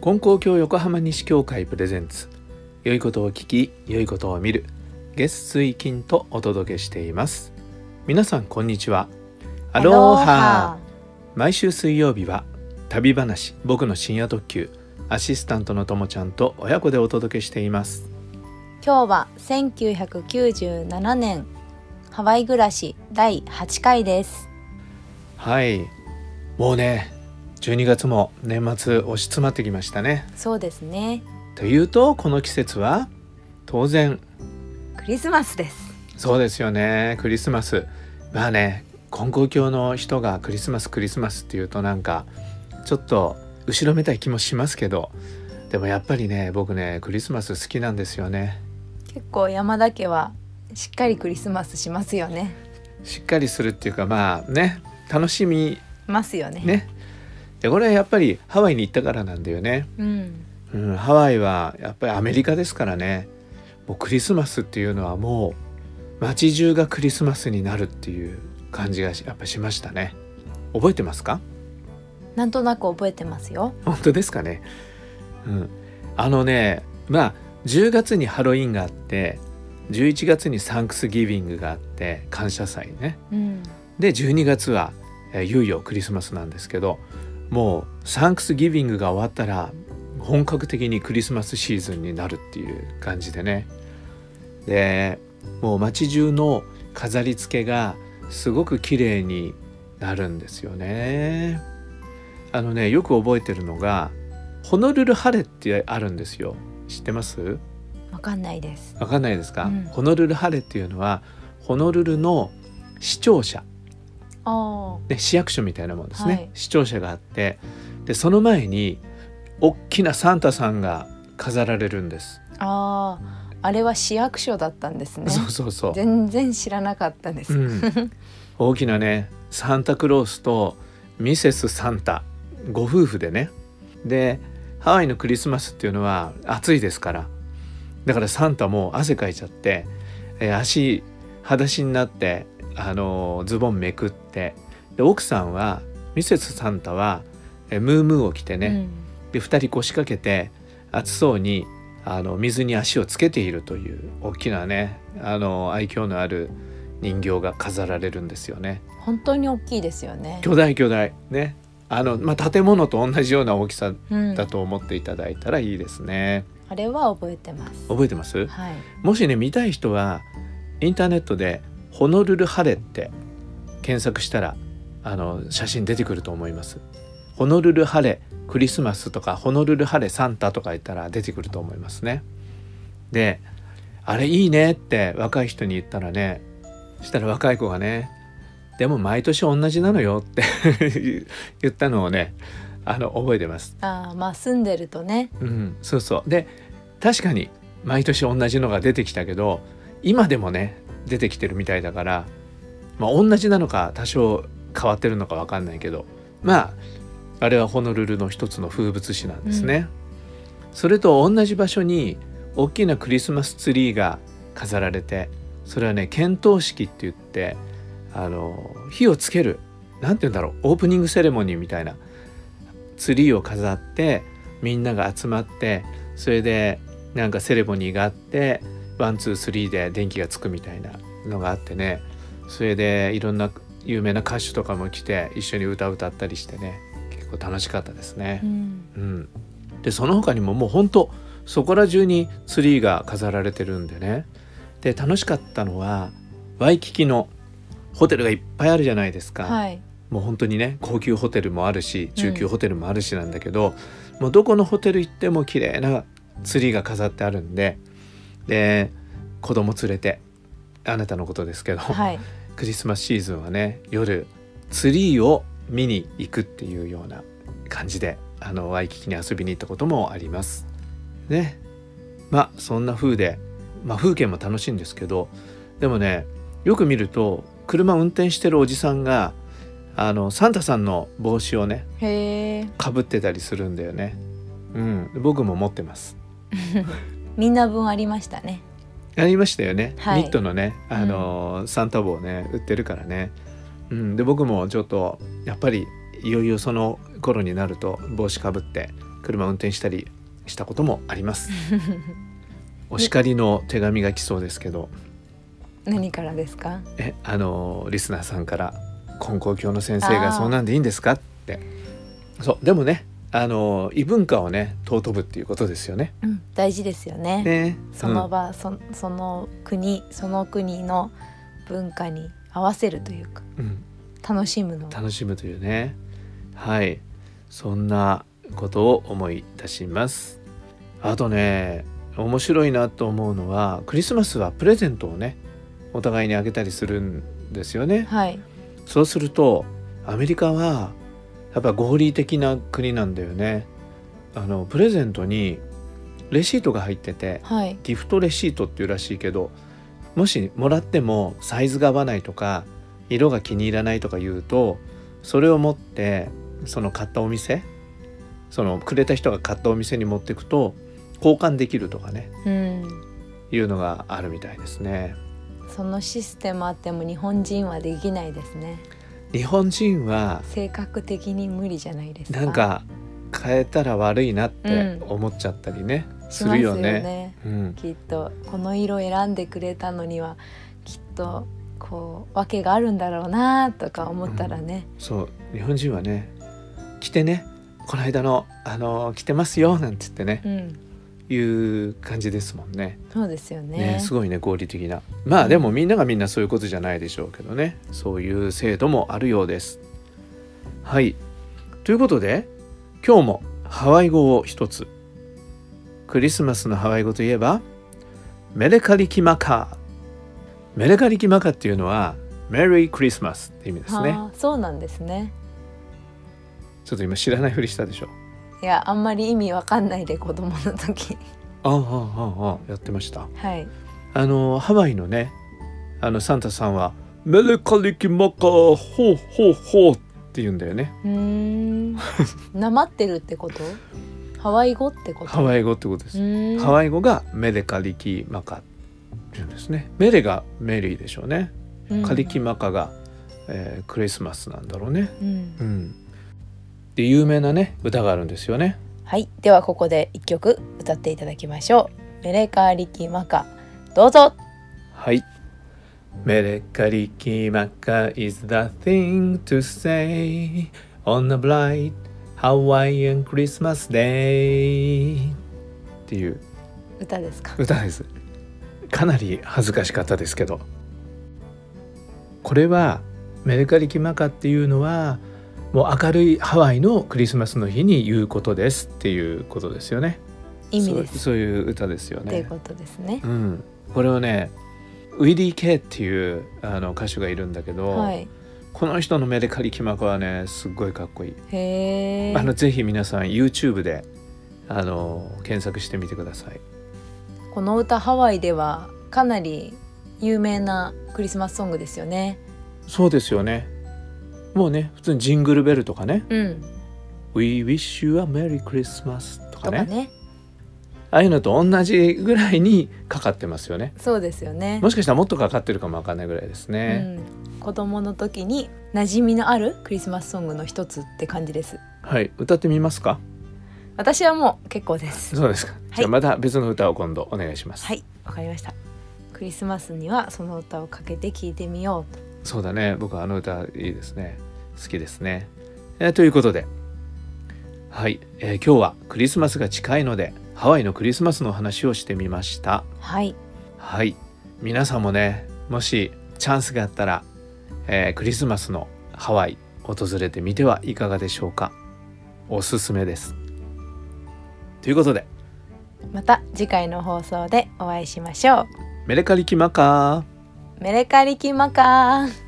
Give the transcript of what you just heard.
金光教横浜西教会プレゼンツ、良いことを聞き良いことを見る、月水金とお届けしています。皆さんこんにちは。アローハ。毎週水曜日は旅話、僕の深夜特急、アシスタントのともちゃんと親子でお届けしています。 今日は1997年ハワイ暮らし第8回です。 はい、もうね12月も年末押し詰まってきましたね。 そうですね。 というとこの季節は当然クリスマスです。 そうですよね、クリスマス。まあね、金光教の人がクリスマスっていうとなんかちょっと後ろめたい気もしますけど、でもやっぱりね、僕ねクリスマス好きなんですよね。 結構山田家はしっかりクリスマスしますよね。 しっかりするっていうか、まあね、楽しみますよね。 でこれはやっぱりハワイに行ったからなんだよね。ハワイはやっぱりアメリカですからね。もうクリスマスっていうのはもう街中がクリスマスになるっていう感じがやっぱしましたね。覚えてますか？ なんとなく覚えてますよ。 本当ですかね。まあ10月にハロウィンがあって、11月にサンクスギビングがあって感謝祭ね、で12月はいよいよクリスマスなんですけど、もうサンクスギビングが終わったら本格的にクリスマスシーズンになるっていう感じでね。でもう街中の飾り付けがすごく綺麗になるんですよね。よく覚えてるのがホノルルハレってあるんですよ。知ってます？ わかんないです。 わかんないですか？ホノルルハレっていうのはホノルルの市庁舎で、市役所みたいなもんですね、市庁舎があって、でその前に大きなサンタさんが飾られるんです。 あれは市役所だったんですね。 そう全然知らなかったです、 大きなねサンタクロースとミセスサンタご夫婦でね。でハワイのクリスマスっていうのは暑いですから、だからサンタも汗かいちゃって、足裸足になってズボンめくって、で奥さんはミセスサンタはムームーを着てね、で2人腰掛けて暑そうに水に足をつけているという大きなね愛嬌のある人形が飾られるんですよね。 本当に大きいですよね。 巨大ね。建物と同じような大きさだと思っていただいたらいいですね。 あれは覚えてます。 覚えてます？ はい。 もしね見たい人はインターネットでホノルルハレって検索したら写真出てくると思います。ホノルルハレクリスマスとかホノルルハレサンタとか言ったら出てくると思いますね。であれいいねって若い人に言ったらね、したら若い子がね、でも毎年同じなのよって言ったのをね覚えてます。 住んでるとね、 そうで確かに毎年同じのが出てきたけど、今でもね出てきてるみたいだから、同じなのか多少変わってるのか分かんないけど、あれはホノルルの一つの風物詩なんですね。それと同じ場所に大きなクリスマスツリーが飾られて、それはね点灯式って言って火をつける、なんて言うんだろう、オープニングセレモニーみたいな、ツリーを飾ってみんなが集まって、それでなんかセレモニーがあって、ワンツースリーで電気がつくみたいなのがあってね、それでいろんな有名な歌手とかも来て一緒に歌ったりしてね、結構楽しかったですね。でその他にももうほんとそこら中にツリーが飾られてるんでね。で楽しかったのはワイキキのホテルがいっぱいあるじゃないですか、もう本当にね高級ホテルもあるし中級ホテルもあるしなんだけど、もうどこのホテル行っても綺麗なツリーが飾ってあるんで、で子供連れて、あなたのことですけど、クリスマスシーズンはね夜ツリーを見に行くっていうような感じでワイキキに遊びに行ったこともありますね。そんな風で、風景も楽しいんですけど、でもねよく見ると車運転してるおじさんがサンタさんの帽子をねかぶってたりするんだよね。僕も持ってますみんな分ありましたね。 ありましたよね、ニットのねサンタ帽ね売ってるからね。で僕もちょっとやっぱりいよいよその頃になると帽子かぶって車運転したりしたこともありますお叱りの手紙が来そうですけど、 何からですか？ リスナーさんから金光教の先生がそうなんでいいんですかって。そうでもね、異文化をね尊ぶっていうことですよね、 大事ですよね。その場、その国の文化に合わせるというか、楽しむというね。はい、そんなことを思い出します。あとね、面白いなと思うのは、クリスマスはプレゼントをねお互いにあげたりするんですよね。 はい。 そうするとアメリカはやっぱ合理的な国なんだよね。プレゼントにレシートが入ってて、ギフトレシートっていうらしいけど、もしもらってもサイズが合わないとか色が気に入らないとか言うと、それを持ってその買ったお店、そのくれた人が買ったお店に持っていくと交換できるとかね、いうのがあるみたいですね。 そのシステムあっても日本人はできないですね。 日本人は性格的に無理じゃないですか。 なんか変えたら悪いなって思っちゃったりね、するよね。 きっとこの色選んでくれたのにはきっとこう訳があるんだろうなとか思ったらね、 そう日本人はね、着てね、この間の着てますよなんて言ってね、いう感じですもんね。 そうですよね。 すごいね、合理的な。まあでもみんながみんなそういうことじゃないでしょうけどね、そういう制度もあるようです。はい、ということで今日もハワイ語を一つ。クリスマスのハワイ語といえばメレカリキマカ。メレカリキマカっていうのはメリークリスマスって意味ですね。 そうなんですね。 ちょっと今知らないふりしたでしょ。 いや、あんまり意味わかんないで子供の時やってました。 はい。 ハワイのね、サンタさんはメレカリキマカホーホーホーって言うんだよね。 なまってるってこと？ハワイ語ってこと？ ハワイ語ってことです。ハワイ語がメレカリキマカって言うんですね。メレがメリーでしょうね。カリキマカが、クリスマスなんだろうね。で有名なね歌があるんですよね。 はい、ではここで一曲歌っていただきましょう。メレカリキマカ、どうぞ。 はい。メレカリキマカ is the thing to say on a bright Hawaiian Christmas day っていう歌ですか？ 歌です。かなり恥ずかしかったですけど、これはメレカリキマカっていうのはもう明るいハワイのクリスマスの日に言うことですっていうことですよね。 意味です。 そういう歌ですよね。 っていうことですね。 これをね、ウィリー・ケイっていう歌手がいるんだけど、この人のメレカリキマカはねすっごいかっこいい。ぜひ皆さん YouTube で検索してみてください。 この歌ハワイではかなり有名なクリスマスソングですよね。 そうですよね。もうね、普通にジングルベルとかね、We wish you a Merry Christmas とかね、ああいうのと同じぐらいにかかってますよね。 そうですよね。 もしかしたらもっとかかってるかもわかんないぐらいですね。 子供の時に馴染みのあるクリスマスソングの一つって感じです。 はい、歌ってみますか？ 私はもう結構です。 そうですか。じゃあまた別の歌を今度お願いします。 はい、わかりました。クリスマスにはその歌をかけて聴いてみようと。 そうだね、僕はあの歌いいですね。好きですね。ということで、はい、今日はクリスマスが近いのでハワイのクリスマスの話をしてみました。はい、皆さんもね、もしチャンスがあったら、クリスマスのハワイ訪れてみてはいかがでしょうか。おすすめです。ということで、 また次回の放送でお会いしましょう。 メレカリキマカー。 メレカリキマカー。